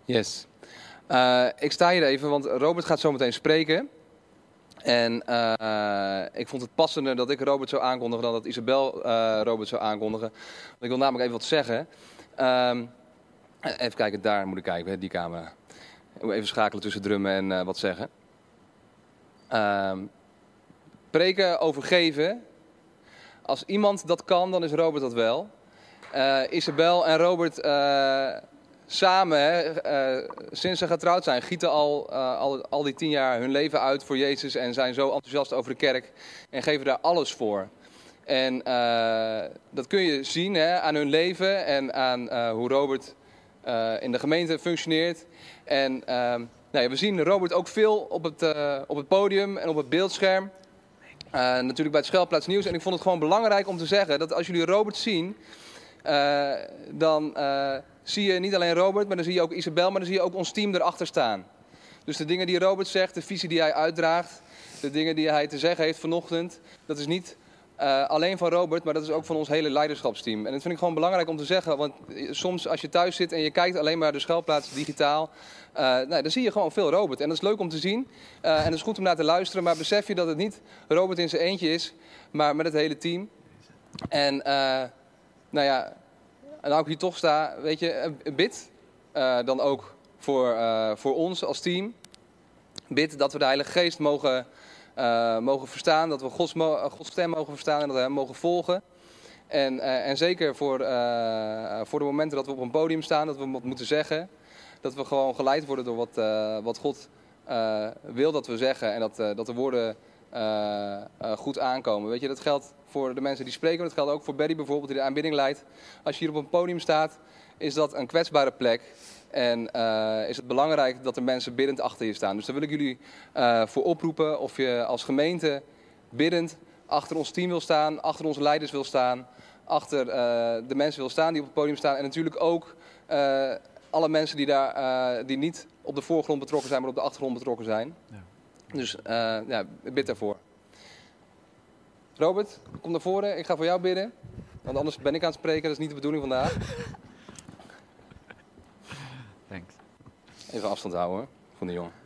Yes. Ik sta hier even, want Robert gaat zo meteen spreken. En ik vond het passender dat ik Robert zou aankondigen dan dat Isabel Robert zou aankondigen. Want ik wil namelijk even wat zeggen. Even kijken, daar moet ik kijken, die camera. Ik moet even schakelen tussen drummen en wat zeggen. Preken over geven. Als iemand dat kan, dan is Robert dat wel. Isabel en Robert samen, sinds ze getrouwd zijn, gieten al die 10 jaar hun leven uit voor Jezus en zijn zo enthousiast over de kerk en geven daar alles voor. En dat kun je zien aan hun leven en aan hoe Robert in de gemeente functioneert. En we zien Robert ook veel op het podium en op het beeldscherm. Natuurlijk bij het Schuilplaats Nieuws. En ik vond het gewoon belangrijk om te zeggen dat als jullie Robert zien, dan zie je niet alleen Robert, maar dan zie je ook Isabel, maar dan zie je ook ons team erachter staan. Dus de dingen die Robert zegt, de visie die hij uitdraagt, de dingen die hij te zeggen heeft vanochtend, dat is niet alleen van Robert, maar dat is ook van ons hele leiderschapsteam. En dat vind ik gewoon belangrijk om te zeggen, want soms als je thuis zit en je kijkt alleen maar de Schuilplaats digitaal, dan zie je gewoon veel Robert. En dat is leuk om te zien en het is goed om naar te luisteren, maar besef je dat het niet Robert in zijn eentje is, maar met het hele team. En en nou ik hier toch sta, weet je, bid dan ook voor ons als team. Bid dat we de Heilige Geest mogen verstaan, dat we Gods stem mogen verstaan en dat we hem mogen volgen. En zeker voor de momenten dat we op een podium staan, dat we wat moeten zeggen. Dat we gewoon geleid worden door wat God wil dat we zeggen en dat de woorden goed aankomen. Weet je, dat geldt voor de mensen die spreken, maar dat geldt ook voor Berry bijvoorbeeld, die de aanbidding leidt. Als je hier op een podium staat, is dat een kwetsbare plek. En is het belangrijk dat er mensen biddend achter je staan. Dus daar wil ik jullie voor oproepen of je als gemeente biddend achter ons team wil staan, achter onze leiders wil staan, achter de mensen wil staan die op het podium staan. En natuurlijk ook alle mensen die niet op de voorgrond betrokken zijn, maar op de achtergrond betrokken zijn. Ja. Dus bid daarvoor. Robert, kom naar voren. Ik ga voor jou bidden. Want anders ben ik aan het spreken. Dat is niet de bedoeling vandaag. Thanks. Even afstand houden hoor, van de jongen.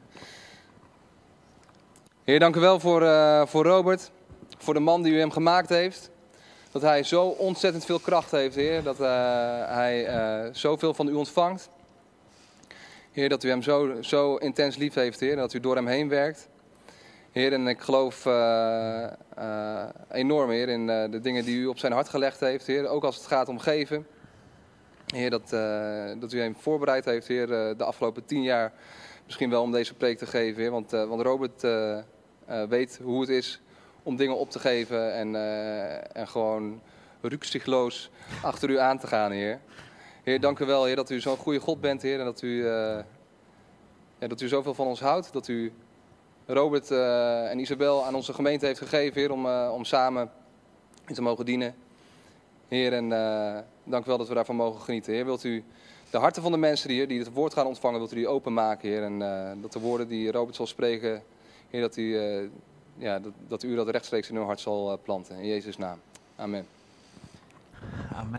Heer, dank u wel voor Robert. Voor de man die u hem gemaakt heeft. Dat hij zo ontzettend veel kracht heeft, Heer. Dat hij zoveel van u ontvangt. Heer, dat u hem zo intens lief heeft, Heer. Dat u door hem heen werkt. Heer, en ik geloof enorm, Heer, in de dingen die u op zijn hart gelegd heeft, Heer. Ook als het gaat om geven. Heer, dat u hem voorbereid heeft, Heer, de afgelopen 10 jaar. Misschien wel om deze preek te geven, Heer. Want Robert weet hoe het is om dingen op te geven en gewoon rukzichtloos achter u aan te gaan, Heer. Heer, dank u wel, Heer, dat u zo'n goede God bent, Heer. En dat u zoveel van ons houdt. Dat u Robert en Isabel aan onze gemeente heeft gegeven, Heer, om samen te mogen dienen. Heer, en dank u wel dat we daarvan mogen genieten. Heer, wilt u de harten van de mensen die het woord gaan ontvangen, wilt u die openmaken, Heer. En dat de woorden die Robert zal spreken, Heer, dat u dat rechtstreeks in uw hart zal planten. In Jezus' naam. Amen. Amen.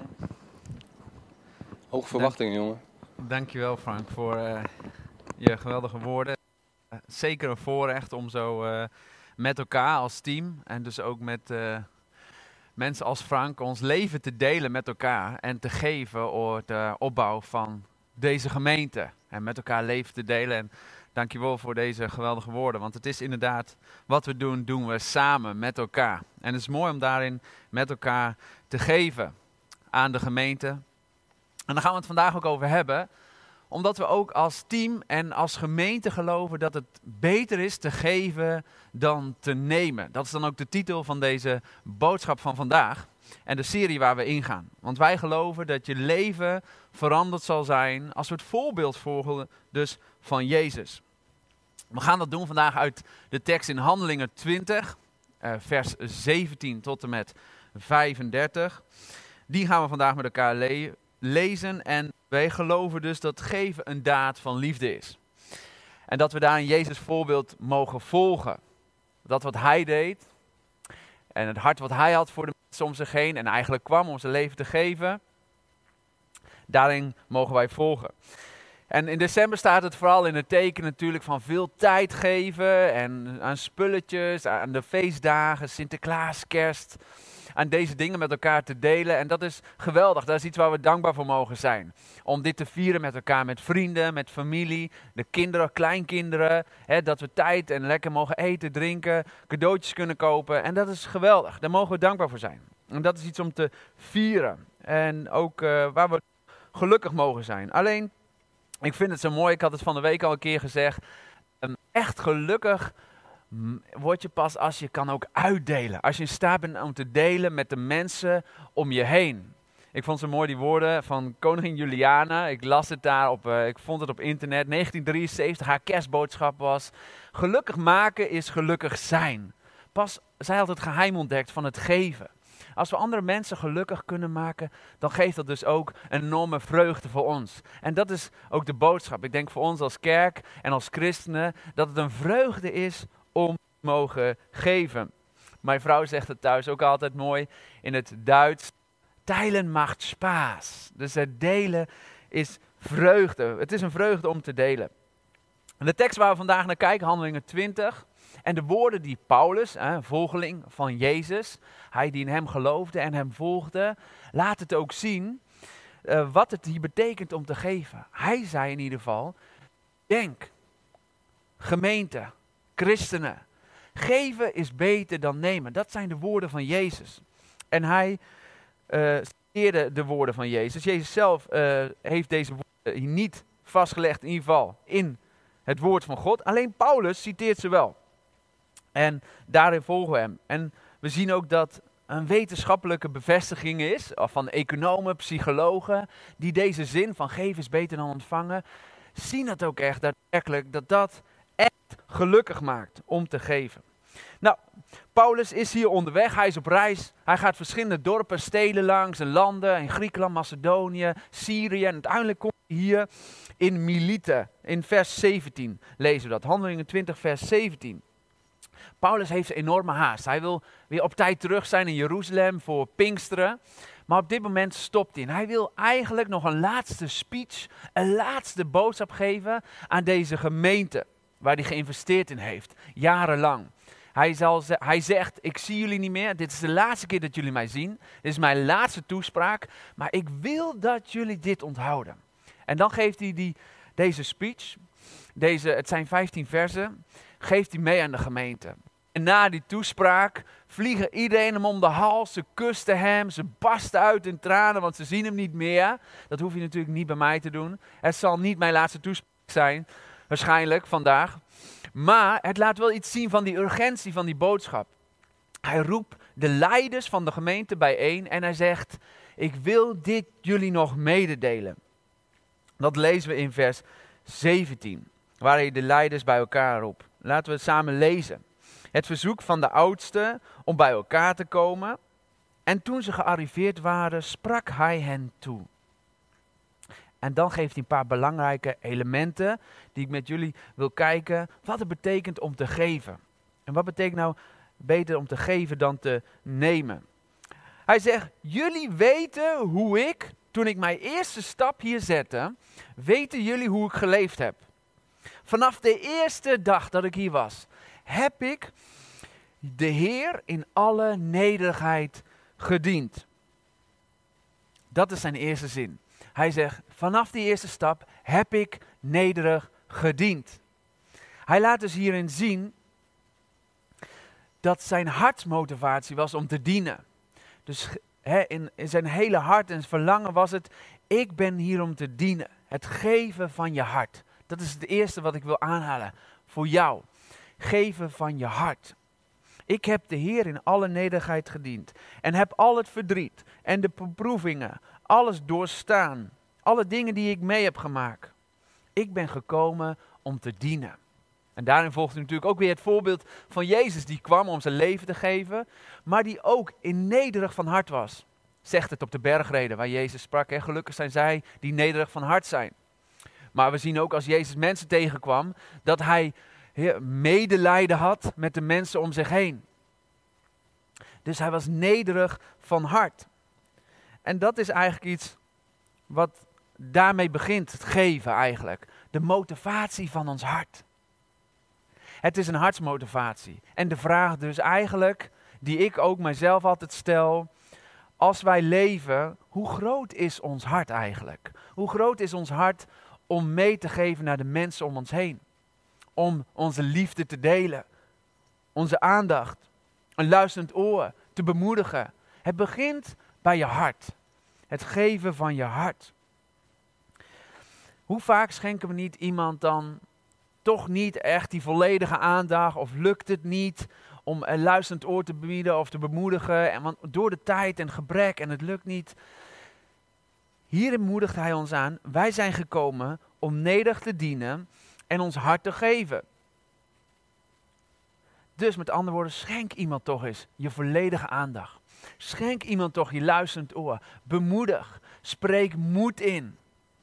Hoge verwachtingen, jongen. Dankjewel, Frank, voor je geweldige woorden. Zeker een voorrecht om zo met elkaar als team en dus ook met mensen als Frank ons leven te delen met elkaar en te geven voor de opbouw van deze gemeente. En met elkaar leven te delen. En dankjewel voor deze geweldige woorden, want het is inderdaad wat we doen, doen we samen met elkaar. En het is mooi om daarin met elkaar te geven aan de gemeente. En daar gaan we het vandaag ook over hebben, omdat we ook als team en als gemeente geloven dat het beter is te geven dan te nemen. Dat is dan ook de titel van deze boodschap van vandaag en de serie waar we ingaan. Want wij geloven dat je leven veranderd zal zijn als we het voorbeeld volgen dus van Jezus. We gaan dat doen vandaag uit de tekst in Handelingen 20, vers 17 tot en met 35. Die gaan we vandaag met elkaar lezen en wij geloven dus dat geven een daad van liefde is. En dat we daar in Jezus voorbeeld mogen volgen. Dat wat hij deed en het hart wat hij had voor de mensen om zich heen en eigenlijk kwam om zijn leven te geven, daarin mogen wij volgen. En in december staat het vooral in het teken natuurlijk van veel tijd geven en aan spulletjes, aan de feestdagen, Sinterklaas, Kerst, aan deze dingen met elkaar te delen. En dat is geweldig, dat is iets waar we dankbaar voor mogen zijn. Om dit te vieren met elkaar, met vrienden, met familie, de kinderen, kleinkinderen. Dat we tijd en lekker mogen eten, drinken, cadeautjes kunnen kopen. En dat is geweldig, daar mogen we dankbaar voor zijn. En dat is iets om te vieren en ook waar we gelukkig mogen zijn. Alleen, ik vind het zo mooi, ik had het van de week al een keer gezegd. Echt gelukkig word je pas als je kan ook uitdelen. Als je in staat bent om te delen met de mensen om je heen. Ik vond zo mooi die woorden van koningin Juliana. Ik las het daar ik vond het op internet. 1973, haar kerstboodschap was: gelukkig maken is gelukkig zijn. Zij had het geheim ontdekt van het geven. Als we andere mensen gelukkig kunnen maken, dan geeft dat dus ook een enorme vreugde voor ons. En dat is ook de boodschap. Ik denk voor ons als kerk en als christenen, dat het een vreugde is om te mogen geven. Mijn vrouw zegt het thuis ook altijd mooi in het Duits: teilen macht Spaß. Dus het delen is vreugde. Het is een vreugde om te delen. En de tekst waar we vandaag naar kijken, Handelingen 20... En de woorden die Paulus, volgeling van Jezus, hij die in hem geloofde en hem volgde, laat het ook zien wat het hier betekent om te geven. Hij zei in ieder geval: denk, gemeente, christenen, geven is beter dan nemen. Dat zijn de woorden van Jezus. En hij citeerde de woorden van Jezus. Jezus zelf heeft deze woorden hier niet vastgelegd, in ieder geval in het woord van God. Alleen Paulus citeert ze wel. En daarin volgen we hem. En we zien ook dat een wetenschappelijke bevestiging is van economen, psychologen, die deze zin van geven is beter dan ontvangen, zien het ook echt daadwerkelijk dat echt gelukkig maakt om te geven. Nou, Paulus is hier onderweg, hij is op reis, hij gaat verschillende dorpen, steden langs en landen, in Griekenland, Macedonië, Syrië en uiteindelijk komt hij hier in Milite, in vers 17 lezen we dat, Handelingen 20 vers 17. Paulus heeft een enorme haast. Hij wil weer op tijd terug zijn in Jeruzalem voor Pinksteren. Maar op dit moment stopt hij. En hij wil eigenlijk nog een laatste speech, een laatste boodschap geven aan deze gemeente. Waar hij geïnvesteerd in heeft, jarenlang. Hij zegt: ik zie jullie niet meer. Dit is de laatste keer dat jullie mij zien. Dit is mijn laatste toespraak. Maar ik wil dat jullie dit onthouden. En dan geeft hij deze speech. Het zijn 15 versen. Geeft hij mee aan de gemeente. En na die toespraak vliegen iedereen hem om de hals. Ze kusten hem, ze barsten uit in tranen, want ze zien hem niet meer. Dat hoef je natuurlijk niet bij mij te doen. Het zal niet mijn laatste toespraak zijn, waarschijnlijk vandaag. Maar het laat wel iets zien van die urgentie van die boodschap. Hij roept de leiders van de gemeente bijeen en hij zegt: ik wil dit jullie nog mededelen. Dat lezen we in vers 17, waar hij de leiders bij elkaar roept. Laten we het samen lezen. Het verzoek van de oudsten om bij elkaar te komen. En toen ze gearriveerd waren, sprak hij hen toe. En dan geeft hij een paar belangrijke elementen die ik met jullie wil kijken. Wat het betekent om te geven. En wat betekent nou beter om te geven dan te nemen? Hij zegt: jullie weten hoe ik, toen ik mijn eerste stap hier zette, weten jullie hoe ik geleefd heb. Vanaf de eerste dag dat ik hier was, heb ik de Heer in alle nederigheid gediend. Dat is zijn eerste zin. Hij zegt: vanaf die eerste stap heb ik nederig gediend. Hij laat dus hierin zien dat zijn hartsmotivatie was om te dienen. Dus in zijn hele hart en verlangen was het: ik ben hier om te dienen. Het geven van je hart. Dat is het eerste wat ik wil aanhalen voor jou. Geven van je hart. Ik heb de Heer in alle nederigheid gediend. En heb al het verdriet en de beproevingen, alles doorstaan. Alle dingen die ik mee heb gemaakt. Ik ben gekomen om te dienen. En daarin volgt natuurlijk ook weer het voorbeeld van Jezus, die kwam om zijn leven te geven, maar die ook in nederig van hart was. Zegt het op de bergreden waar Jezus sprak: gelukkig zijn zij die nederig van hart zijn. Maar we zien ook als Jezus mensen tegenkwam, dat hij medelijden had met de mensen om zich heen. Dus hij was nederig van hart. En dat is eigenlijk iets wat daarmee begint het geven eigenlijk. De motivatie van ons hart. Het is een hartsmotivatie. En de vraag dus eigenlijk, die ik ook mijzelf altijd stel, als wij leven, hoe groot is ons hart eigenlijk? Hoe groot is ons hart om mee te geven naar de mensen om ons heen? Om onze liefde te delen, onze aandacht, een luisterend oor, te bemoedigen. Het begint bij je hart. Het geven van je hart. Hoe vaak schenken we niet iemand dan toch niet echt die volledige aandacht, of lukt het niet om een luisterend oor te bieden of te bemoedigen, want door de tijd en gebrek en het lukt niet. Hierin moedigt hij ons aan, wij zijn gekomen om nederig te dienen en ons hart te geven. Dus met andere woorden, schenk iemand toch eens je volledige aandacht. Schenk iemand toch je luisterend oor. Bemoedig, spreek moed in.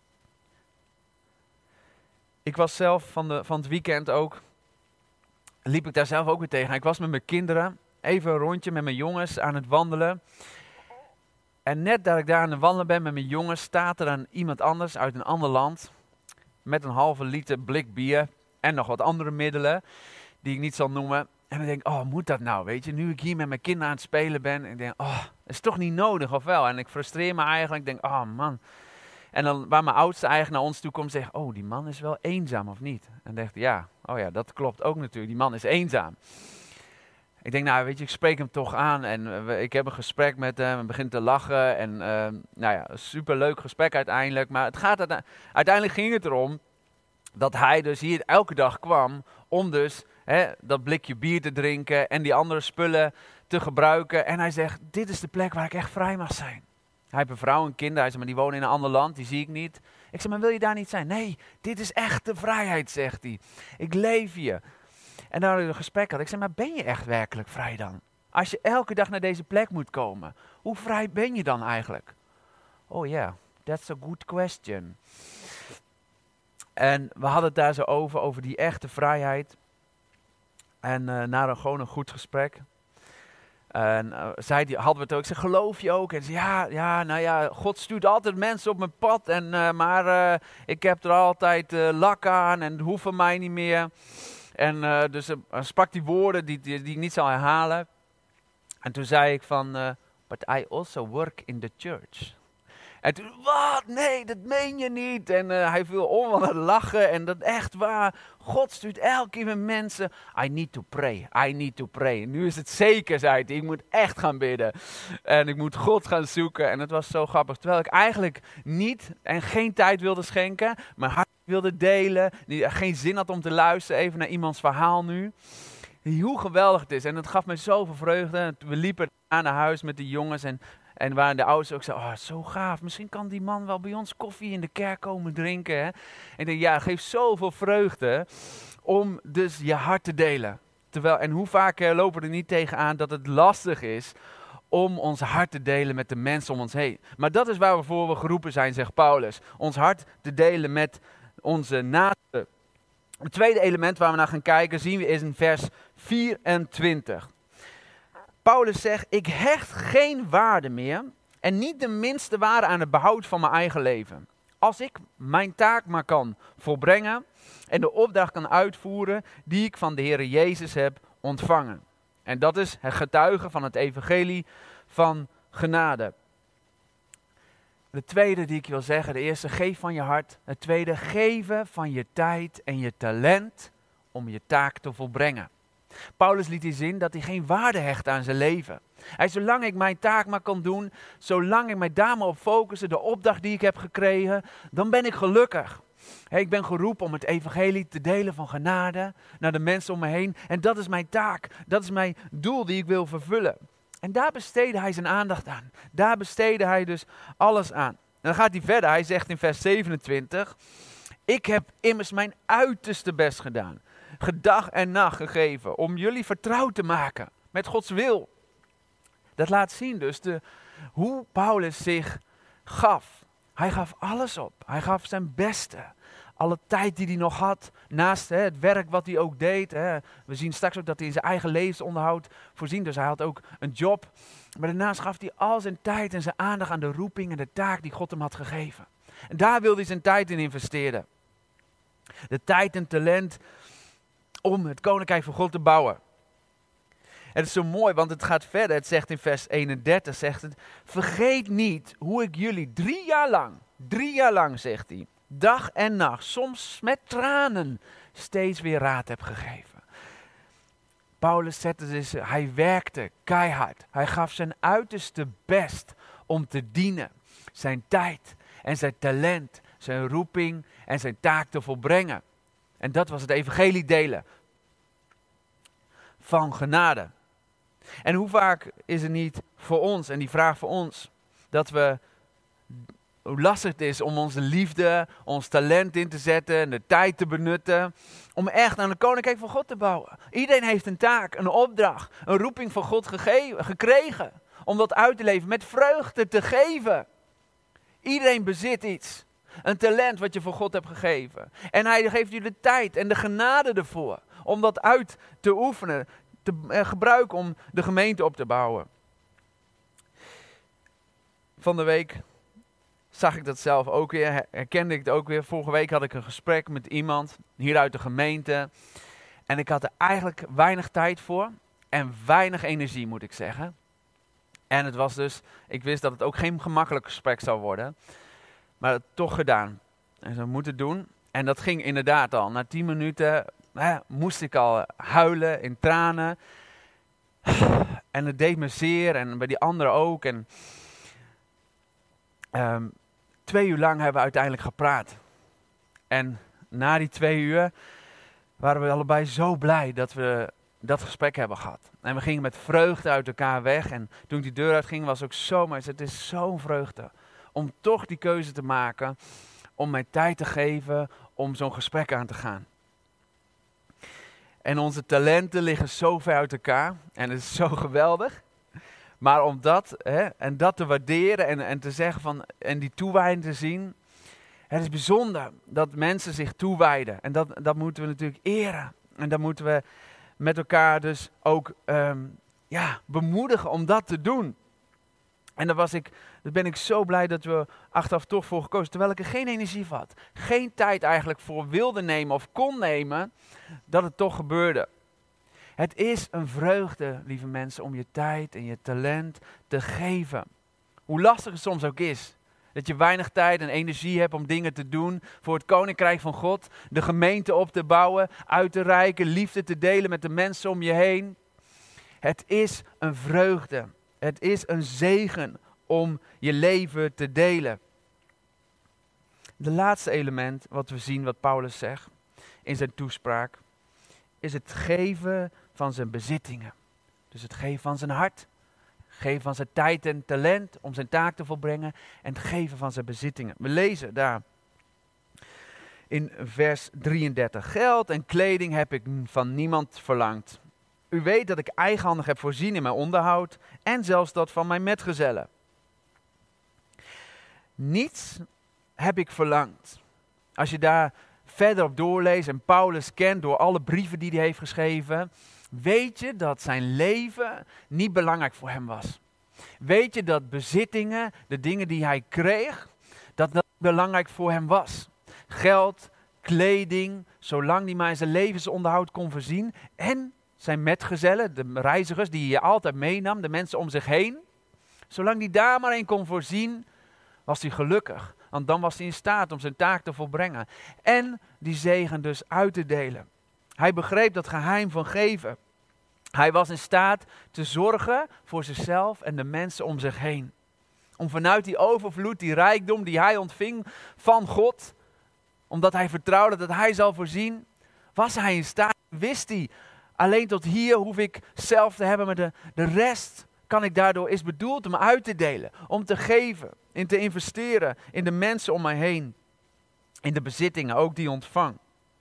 Ik was zelf van het weekend ook, liep ik daar zelf ook weer tegen. Ik was met mijn kinderen, even een rondje met mijn jongens aan het wandelen. En net dat ik daar aan het wandelen ben met mijn jongens, staat er dan iemand anders uit een ander land, met een halve liter blik bier en nog wat andere middelen, die ik niet zal noemen. En dan denk ik, oh, moet dat nou, weet je? Nu ik hier met mijn kinderen aan het spelen ben, en ik denk, oh, is toch niet nodig, of wel? En ik frustreer me eigenlijk, ik denk, oh man. En dan waar mijn oudste eigenlijk naar ons toe komt, zegt, oh, die man is wel eenzaam, of niet? En dacht ik, ja, oh ja, dat klopt ook natuurlijk, die man is eenzaam. Ik denk, nou, weet je, ik spreek hem toch aan en ik heb een gesprek met hem en begin te lachen. En nou ja, een superleuk gesprek uiteindelijk. Maar het gaat uiteindelijk ging het erom dat hij dus hier elke dag kwam om dus dat blikje bier te drinken en die andere spullen te gebruiken. En hij zegt, dit is de plek waar ik echt vrij mag zijn. Hij heeft een vrouw en kinderen, hij zegt, maar die wonen in een ander land, die zie ik niet. Ik zeg, maar wil je daar niet zijn? Nee, dit is echte vrijheid, zegt hij. Ik leef hier. En dan had ik een gesprek. Ik zei, maar ben je echt werkelijk vrij dan? Als je elke dag naar deze plek moet komen, hoe vrij ben je dan eigenlijk? Oh ja, that's a good question. En we hadden het daar zo over die echte vrijheid. En na gewoon een goed gesprek. En hadden we het ook. Ik zei, geloof je ook? En zei, ja, nou ja, God stuurt altijd mensen op mijn pad. Maar ik heb er altijd lak aan en het hoeft van mij niet meer. En dus sprak die woorden die ik niet zal herhalen. En toen zei ik van, but I also work in the church. En toen, wat? Nee, dat meen je niet. En hij viel om aan het lachen. En dat echt waar. God stuurt elke keer met mensen. I need to pray. I need to pray. Nu is het zeker, zei hij. Ik moet echt gaan bidden. En ik moet God gaan zoeken. En het was zo grappig. Terwijl ik eigenlijk niet en geen tijd wilde schenken. Mijn hart wilde delen. Geen zin had om te luisteren even naar iemands verhaal nu. Hoe geweldig het is. En het gaf me zoveel vreugde. We liepen naar huis met de jongens en waar de ouders ook zeiden, oh, zo gaaf. Misschien kan die man wel bij ons koffie in de kerk komen drinken. Hè? En ik denk, ja, het geeft zoveel vreugde om dus je hart te delen. En hoe vaak lopen we er niet tegenaan dat het lastig is om ons hart te delen met de mensen om ons heen. Maar dat is waarvoor we geroepen zijn, zegt Paulus. Ons hart te delen met onze naasten. Het tweede element waar we naar gaan kijken, zien we is in vers 24. Paulus zegt, ik hecht geen waarde meer en niet de minste waarde aan het behoud van mijn eigen leven. Als ik mijn taak maar kan volbrengen en de opdracht kan uitvoeren die ik van de Heer Jezus heb ontvangen. En dat is het getuigen van het evangelie van genade. De tweede die ik wil zeggen, de eerste, geef van je hart. Het tweede, geven van je tijd en je talent om je taak te volbrengen. Paulus liet hier zien dat hij geen waarde hecht aan zijn leven. Hij, zolang ik mijn taak maar kan doen, zolang ik mij daar maar op focussen, de opdracht die ik heb gekregen, dan ben ik gelukkig. Ik ben geroepen om het evangelie te delen van genade naar de mensen om me heen. En dat is mijn taak, dat is mijn doel die ik wil vervullen. En daar besteedde hij zijn aandacht aan. Daar besteedde hij dus alles aan. En dan gaat hij verder, hij zegt in vers 27, ik heb immers mijn uiterste best gedaan. Gedag en nacht gegeven om jullie vertrouwd te maken met Gods wil. Dat laat zien dus hoe Paulus zich gaf. Hij gaf alles op. Hij gaf zijn beste. alle tijd die hij nog had, naast het werk wat hij ook deed. We zien straks ook dat hij in zijn eigen levensonderhoud voorzien, dus hij had ook een job. Maar daarnaast gaf hij al zijn tijd en zijn aandacht aan de roeping en de taak die God hem had gegeven. En daar wilde hij zijn tijd in investeren. De tijd en talent om het koninkrijk van God te bouwen. Het is zo mooi, want het gaat verder. Het zegt in vers 31, zegt het, vergeet niet hoe ik jullie 3 jaar lang, zegt hij, dag en nacht, soms met tranen, steeds weer raad heb gegeven. Paulus hij werkte keihard. Hij gaf zijn uiterste best om te dienen. Zijn tijd en zijn talent, zijn roeping en zijn taak te volbrengen. En dat was het evangelie delen van genade. En hoe vaak is het niet voor ons, en die vraag voor ons, dat we, hoe lastig het is om onze liefde, ons talent in te zetten en de tijd te benutten, om echt aan de koninkrijk van God te bouwen. Iedereen heeft een taak, een opdracht, een roeping van God gekregen, om dat uit te leven, met vreugde te geven. Iedereen bezit iets, een talent wat je voor God hebt gegeven. En hij geeft je de tijd en de genade ervoor, om dat uit te oefenen, te gebruiken om de gemeente op te bouwen. Van de week zag ik dat zelf ook weer, herkende ik het ook weer. Vorige week had ik een gesprek met iemand hier uit de gemeente. En ik had er eigenlijk weinig tijd voor en weinig energie, moet ik zeggen. En het was dus, ik wist dat het ook geen gemakkelijk gesprek zou worden. Maar het toch gedaan. En ze moeten doen. En dat ging inderdaad al. Na 10 minuten moest ik al huilen in tranen. En het deed me zeer en bij die anderen ook. En 2 uur lang hebben we uiteindelijk gepraat. En na die 2 uur waren we allebei zo blij dat we dat gesprek hebben gehad. En we gingen met vreugde uit elkaar weg. En toen ik die deur uitging was ook zo, maar het is zo'n vreugde om toch die keuze te maken, om mij tijd te geven om zo'n gesprek aan te gaan. En onze talenten liggen zo ver uit elkaar. En het is zo geweldig. Maar om dat, en dat te waarderen en te zeggen van, en die toewijding te zien. Het is bijzonder dat mensen zich toewijden. En dat moeten we natuurlijk eren. En dat moeten we met elkaar dus ook bemoedigen om dat te doen. En daar ben ik zo blij dat we achteraf toch voor gekozen, terwijl ik er geen energie voor had. Geen tijd eigenlijk voor wilde nemen of kon nemen, dat het toch gebeurde. Het is een vreugde, lieve mensen, om je tijd en je talent te geven. Hoe lastig het soms ook is. Dat je weinig tijd en energie hebt om dingen te doen voor het koninkrijk van God. De gemeente op te bouwen, uit te reiken, liefde te delen met de mensen om je heen. Het is een vreugde. Het is een zegen om je leven te delen. De laatste element wat we zien, wat Paulus zegt in zijn toespraak, is het geven van zijn bezittingen. Dus het geven van zijn hart, het geven van zijn tijd en talent om zijn taak te volbrengen en het geven van zijn bezittingen. We lezen daar in vers 33. Geld en kleding heb ik van niemand verlangd. U weet dat ik eigenhandig heb voorzien in mijn onderhoud en zelfs dat van mijn metgezellen. Niets heb ik verlangd. Als je daar verder op doorleest en Paulus kent door alle brieven die hij heeft geschreven, weet je dat zijn leven niet belangrijk voor hem was. Weet je dat bezittingen, de dingen die hij kreeg, dat dat belangrijk voor hem was. Geld, kleding, zolang hij maar zijn levensonderhoud kon voorzien en zijn metgezellen, de reizigers die hij altijd meenam, de mensen om zich heen. Zolang hij daar maar in kon voorzien, was hij gelukkig. Want dan was hij in staat om zijn taak te volbrengen. En die zegen dus uit te delen. Hij begreep dat geheim van geven. Hij was in staat te zorgen voor zichzelf en de mensen om zich heen. Om vanuit die overvloed, die rijkdom die hij ontving van God, omdat hij vertrouwde dat hij zal voorzien, was hij in staat, wist hij, alleen tot hier hoef ik zelf te hebben, maar de rest kan ik daardoor, is bedoeld om uit te delen, om te geven, in te investeren in de mensen om mij heen, in de bezittingen, ook die ontvang.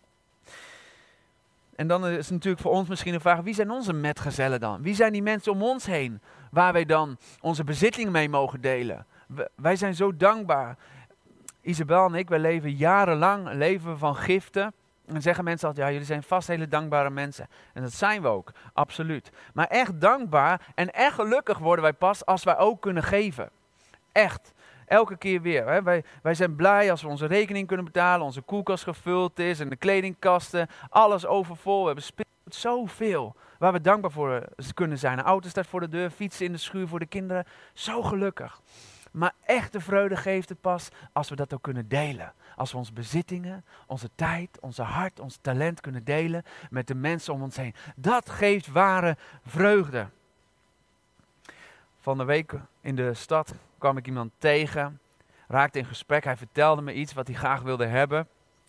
En dan is het natuurlijk voor ons misschien een vraag, wie zijn onze metgezellen dan? Wie zijn die mensen om ons heen, waar wij dan onze bezittingen mee mogen delen? Wij zijn zo dankbaar. Isabel en ik, wij leven jarenlang een leven van giften. En zeggen mensen altijd, ja, jullie zijn vast hele dankbare mensen. En dat zijn we ook, absoluut. Maar echt dankbaar en echt gelukkig worden wij pas als wij ook kunnen geven. Echt. Elke keer weer. Hè. Wij zijn blij als we onze rekening kunnen betalen, onze koelkast gevuld is en de kledingkasten, alles overvol. We hebben speelgoed, zoveel waar we dankbaar voor kunnen zijn. Een auto staat voor de deur, fietsen in de schuur voor de kinderen. Zo gelukkig. Maar echte vreugde geeft het pas als we dat ook kunnen delen. Als we onze bezittingen, onze tijd, onze hart, ons talent kunnen delen met de mensen om ons heen. Dat geeft ware vreugde. Van de week in de stad kwam ik iemand tegen, raakte in gesprek. Hij vertelde me iets wat hij graag wilde hebben.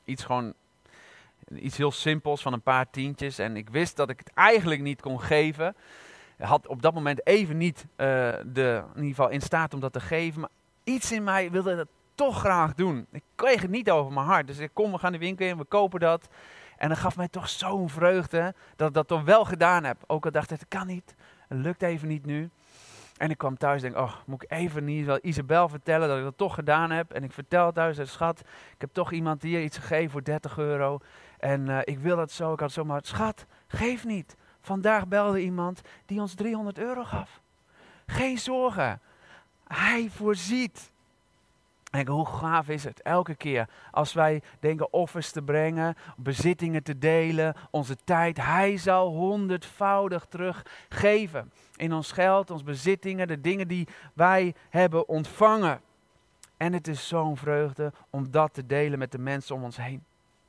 Iets heel simpels van een paar tientjes. En ik wist dat ik het eigenlijk niet kon geven. Hij had op dat moment even niet in ieder geval in staat om dat te geven. Maar iets in mij wilde dat toch graag doen. Ik kreeg het niet over mijn hart. Dus ik kom, we gaan de winkel in, we kopen dat. En dat gaf mij toch zo'n vreugde dat ik dat toch wel gedaan heb. Ook al dacht ik, het kan niet. Het lukt even niet nu. En ik kwam thuis en denk, moet ik even niet wel Isabel vertellen dat ik dat toch gedaan heb. En ik vertel thuis, schat, ik heb toch iemand hier iets gegeven voor €30. En ik wil dat zo, ik had zo maar, schat, geef niet. Vandaag belde iemand die ons €300 gaf. Geen zorgen. Hij voorziet. En hoe gaaf is het elke keer als wij denken offers te brengen, bezittingen te delen, onze tijd. Hij zal 100voudig teruggeven in ons geld, onze bezittingen, de dingen die wij hebben ontvangen. En het is zo'n vreugde om dat te delen met de mensen om ons heen.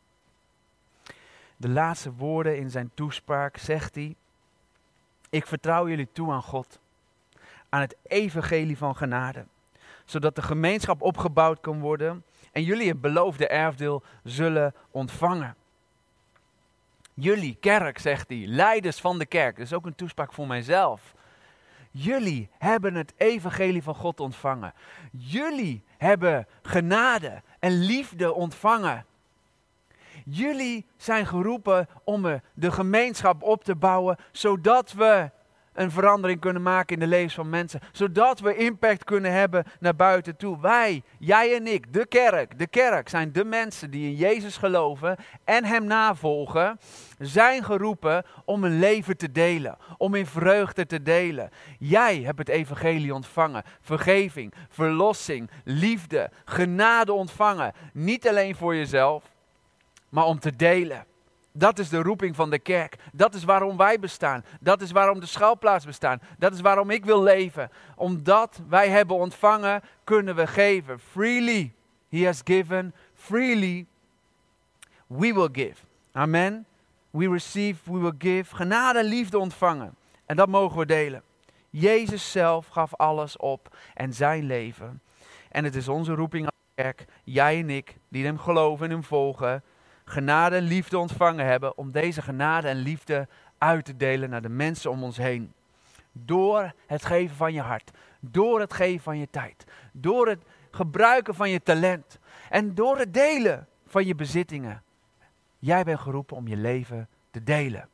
De laatste woorden in zijn toespraak zegt hij: ik vertrouw jullie toe aan God, aan het evangelie van genade, zodat de gemeenschap opgebouwd kan worden en jullie het beloofde erfdeel zullen ontvangen. Jullie, kerk, zegt hij, leiders van de kerk, dat is ook een toespraak voor mijzelf. Jullie hebben het evangelie van God ontvangen. Jullie hebben genade en liefde ontvangen. Jullie zijn geroepen om de gemeenschap op te bouwen, zodat we een verandering kunnen maken in de levens van mensen. Zodat we impact kunnen hebben naar buiten toe. Wij, jij en ik, de kerk zijn de mensen die in Jezus geloven en hem navolgen, zijn geroepen om een leven te delen, om in vreugde te delen. Jij hebt het evangelie ontvangen, vergeving, verlossing, liefde, genade ontvangen. Niet alleen voor jezelf, maar om te delen. Dat is de roeping van de kerk. Dat is waarom wij bestaan. Dat is waarom de schuilplaats bestaan. Dat is waarom ik wil leven. Omdat wij hebben ontvangen, kunnen we geven. Freely he has given, freely we will give. Amen. We receive, we will give. Genade en liefde ontvangen. En dat mogen we delen. Jezus zelf gaf alles op en zijn leven. En het is onze roeping als kerk, jij en ik, die hem geloven en hem volgen, genade en liefde ontvangen hebben, om deze genade en liefde uit te delen naar de mensen om ons heen. Door het geven van je hart, door het geven van je tijd, door het gebruiken van je talent en door het delen van je bezittingen. Jij bent geroepen om je leven te delen.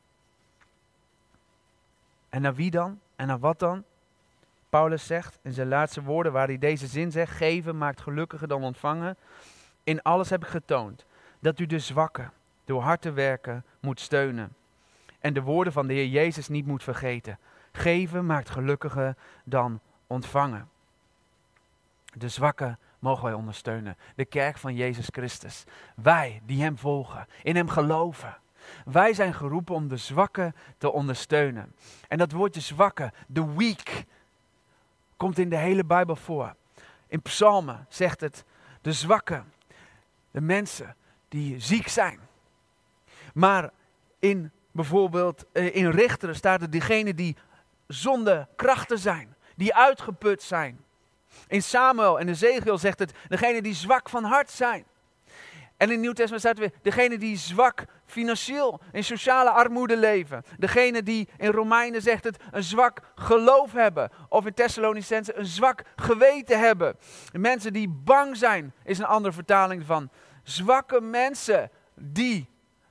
En naar wie dan? En naar wat dan? Paulus zegt in zijn laatste woorden, waar hij deze zin zegt: geven maakt gelukkiger dan ontvangen. In alles heb ik getoond dat u de zwakken door hard te werken moet steunen. En de woorden van de Heer Jezus niet moet vergeten. Geven maakt gelukkiger dan ontvangen. De zwakken mogen wij ondersteunen. De kerk van Jezus Christus. Wij die hem volgen, in hem geloven. Wij zijn geroepen om de zwakken te ondersteunen. En dat woordje zwakken, the weak, komt in de hele Bijbel voor. In Psalmen zegt het, de zwakken, de mensen die ziek zijn. Maar in bijvoorbeeld in Richteren staat het diegenen die zonder krachten zijn, die uitgeput zijn. In Samuel en Ezekiel zegt het, degenen die zwak van hart zijn. En in het Nieuw Testament staat weer, degenen die zwak financieel in sociale armoede leven. Degene die in Romeinen zegt het, een zwak geloof hebben. Of in Thessalonicenzen een zwak geweten hebben. Mensen die bang zijn, is een andere vertaling van. Zwakke mensen die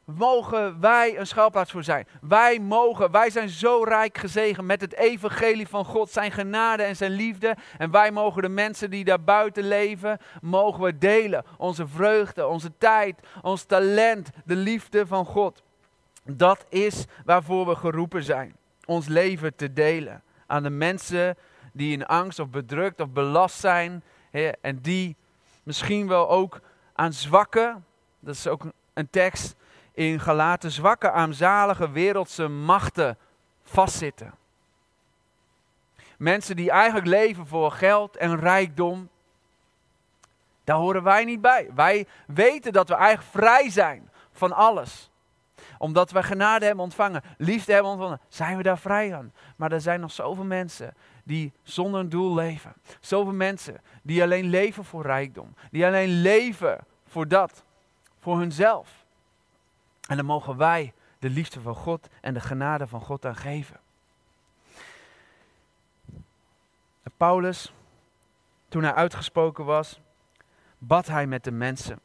mogen wij een schuilplaats voor zijn. Wij zijn zo rijk gezegend met het evangelie van God, zijn genade en zijn liefde. En wij mogen de mensen die daar buiten leven, mogen we delen. Onze vreugde, onze tijd, ons talent, de liefde van God. Dat is waarvoor we geroepen zijn. Ons leven te delen aan de mensen die in angst of bedrukt of belast zijn. En die misschien wel ook aan zwakke, dat is ook een tekst in Galaten, zwakke, armzalige, wereldse machten vastzitten. Mensen die eigenlijk leven voor geld en rijkdom, daar horen wij niet bij. Wij weten dat we eigenlijk vrij zijn van alles. Omdat we genade hebben ontvangen, liefde hebben ontvangen, zijn we daar vrij aan. Maar er zijn nog zoveel mensen die zonder een doel leven. Zoveel mensen die alleen leven voor rijkdom. Die alleen leven voor dat, voor hunzelf. En dan mogen wij de liefde van God en de genade van God aan geven. En Paulus, toen hij uitgesproken was, bad hij met de mensen.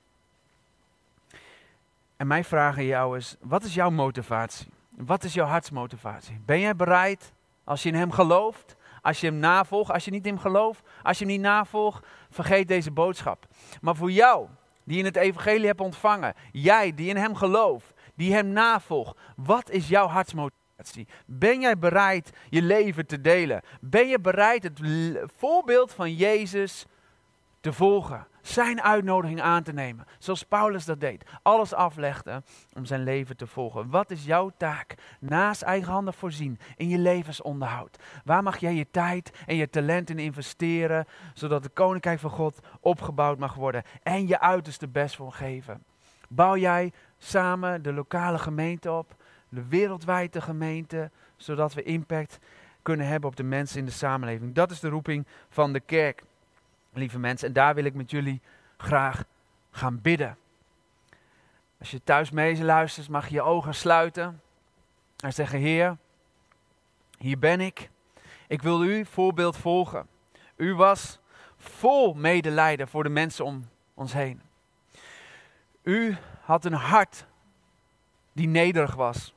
En mijn vraag aan jou is, wat is jouw motivatie? Wat is jouw hartsmotivatie? Ben jij bereid, als je in hem gelooft, als je hem navolgt, als je niet in hem gelooft, als je hem niet navolgt, vergeet deze boodschap. Maar voor jou, die in het evangelie hebt ontvangen, jij die in hem gelooft, die hem navolgt, wat is jouw hartsmotivatie? Ben jij bereid je leven te delen? Ben je bereid het voorbeeld van Jezus te volgen? Zijn uitnodiging aan te nemen, zoals Paulus dat deed. Alles aflegde om zijn leven te volgen. Wat is jouw taak? Naast eigenhandig voorzien in je levensonderhoud. Waar mag jij je tijd en je talent in investeren, zodat het koninkrijk van God opgebouwd mag worden en je uiterste best voor geven? Bouw jij samen de lokale gemeente op, de wereldwijde gemeente, zodat we impact kunnen hebben op de mensen in de samenleving. Dat is de roeping van de kerk. Lieve mensen, en daar wil ik met jullie graag gaan bidden. Als je thuis mee luistert, mag je je ogen sluiten en zeggen: Heer, hier ben ik. Ik wil uw voorbeeld volgen. U was vol medelijden voor de mensen om ons heen. U had een hart die nederig was.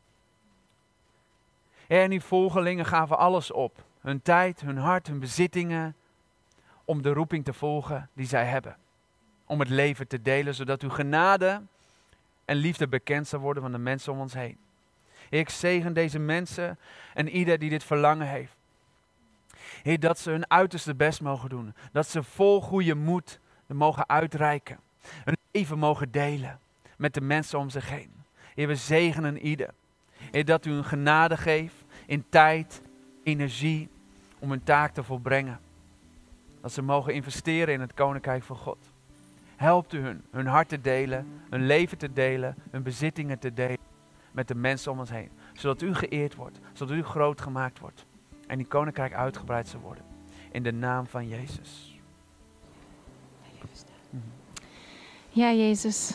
En uw volgelingen gaven alles op. Hun tijd, hun hart, hun bezittingen, om de roeping te volgen die zij hebben. Om het leven te delen, zodat uw genade en liefde bekend zal worden van de mensen om ons heen. Heer, ik zegen deze mensen en ieder die dit verlangen heeft. Heer, dat ze hun uiterste best mogen doen. Dat ze vol goede moed mogen uitreiken. Hun leven mogen delen met de mensen om zich heen. Heer, we zegenen ieder. Heer, dat u een genade geeft in tijd, energie, om hun taak te volbrengen. Dat ze mogen investeren in het koninkrijk van God. Helpt u hun hart te delen, hun leven te delen, hun bezittingen te delen met de mensen om ons heen. Zodat u geëerd wordt, zodat u groot gemaakt wordt. En die koninkrijk uitgebreid zal worden. In de naam van Jezus. Ja, Jezus.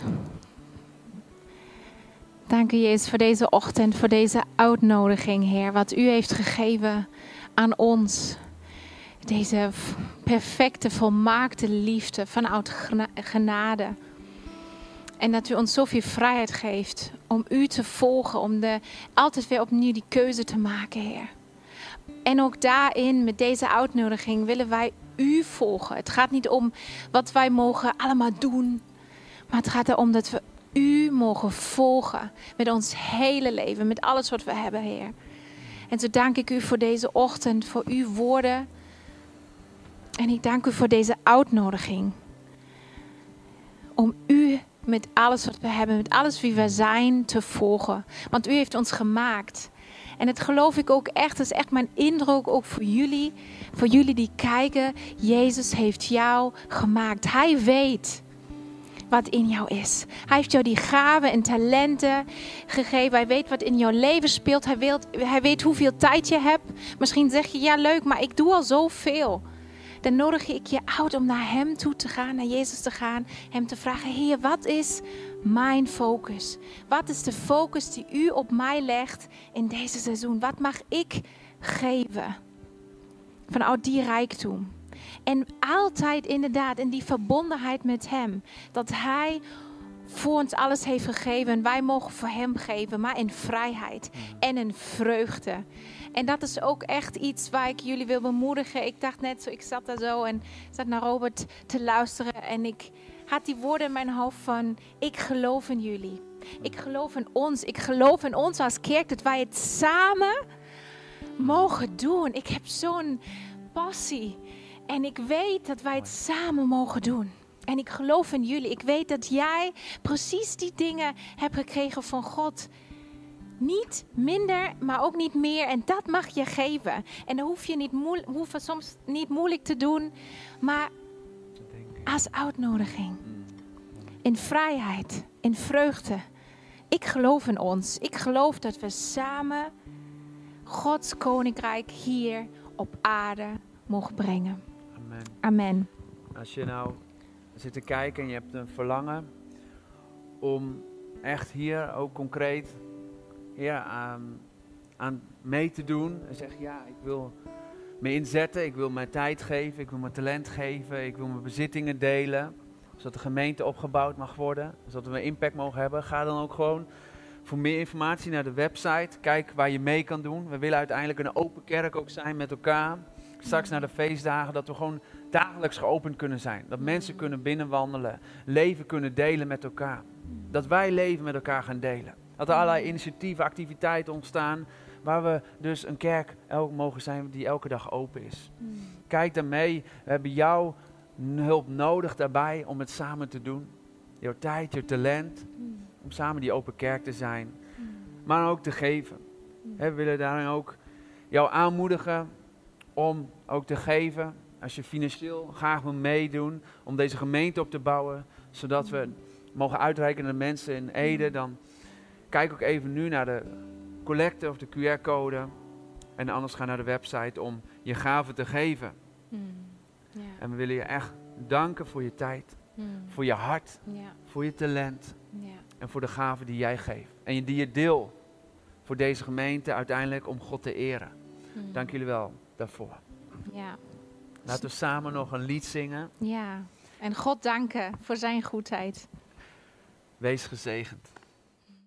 Dank u, Jezus, voor deze ochtend, voor deze uitnodiging, Heer. Wat u heeft gegeven aan ons. Deze perfecte, volmaakte liefde vanuit genade. En dat u ons zoveel vrijheid geeft om u te volgen. Om altijd weer opnieuw die keuze te maken, Heer. En ook daarin, met deze uitnodiging, willen wij u volgen. Het gaat niet om wat wij mogen allemaal doen. Maar het gaat erom dat we u mogen volgen. Met ons hele leven, met alles wat we hebben, Heer. En zo dank ik u voor deze ochtend, voor uw woorden. En ik dank u voor deze uitnodiging. Om u met alles wat we hebben, met alles wie we zijn, te volgen. Want u heeft ons gemaakt. En dat geloof ik ook echt, dat is echt mijn indruk ook voor jullie. Voor jullie die kijken, Jezus heeft jou gemaakt. Hij weet wat in jou is. Hij heeft jou die gaven en talenten gegeven. Hij weet wat in jouw leven speelt. Hij weet hoeveel tijd je hebt. Misschien zeg je, ja leuk, maar ik doe al zoveel. Dan nodig ik je uit om naar hem toe te gaan, naar Jezus te gaan. Hem te vragen, Heer, wat is mijn focus? Wat is de focus die u op mij legt in deze seizoen? Wat mag ik geven vanuit die voor ons alles heeft gegeven. Wij mogen voor hem geven, maar in vrijheid en in vreugde. En dat is ook echt iets waar ik jullie wil bemoedigen. Ik dacht net zo, ik zat daar zo en zat naar Robert te luisteren. En ik had die woorden in mijn hoofd van, ik geloof in jullie. Ik geloof in ons. Ik geloof in ons als kerk dat wij het samen mogen doen. Ik heb zo'n passie. En ik weet dat wij het samen mogen doen. En ik geloof in jullie. Ik weet dat jij precies die dingen hebt gekregen van God. Niet minder, maar ook niet meer. En dat mag je geven. En dan hoef je soms niet moeilijk te doen. Maar als uitnodiging. In vrijheid. In vreugde. Ik geloof in ons. Ik geloof dat we samen Gods koninkrijk hier op aarde mogen brengen. Amen. Amen. Als je nou zit te kijken en je hebt een verlangen om echt hier ook concreet aan mee te doen. En zeg ja, ik wil me inzetten, ik wil mijn tijd geven, ik wil mijn talent geven, ik wil mijn bezittingen delen. Zodat de gemeente opgebouwd mag worden, zodat we impact mogen hebben. Ga dan ook gewoon voor meer informatie naar de website. Kijk waar je mee kan doen. We willen uiteindelijk een open kerk ook zijn met elkaar. Straks naar de feestdagen, dat we gewoon dagelijks geopend kunnen zijn. Dat mensen kunnen binnenwandelen, leven kunnen delen met elkaar. Dat wij leven met elkaar gaan delen. Dat er allerlei initiatieven, activiteiten ontstaan, waar we dus een kerk mogen zijn die elke dag open is. Kijk daarmee, we hebben jouw hulp nodig daarbij om het samen te doen. Jouw tijd, je talent, om samen die open kerk te zijn. Maar ook te geven. We willen daarin ook jou aanmoedigen om ook te geven. Als je financieel graag wil meedoen om deze gemeente op te bouwen, zodat we mogen uitreiken naar de mensen in Ede, dan kijk ook even nu naar de collecte of de QR-code. En anders ga naar de website om je gaven te geven. Ja. En we willen je echt danken voor je tijd, voor je hart, voor je talent en voor de gaven die jij geeft. En die je deelt voor deze gemeente uiteindelijk om God te eren. Dank jullie wel daarvoor. Ja. Laten we samen nog een lied zingen. Ja, en God danken voor zijn goedheid. Wees gezegend.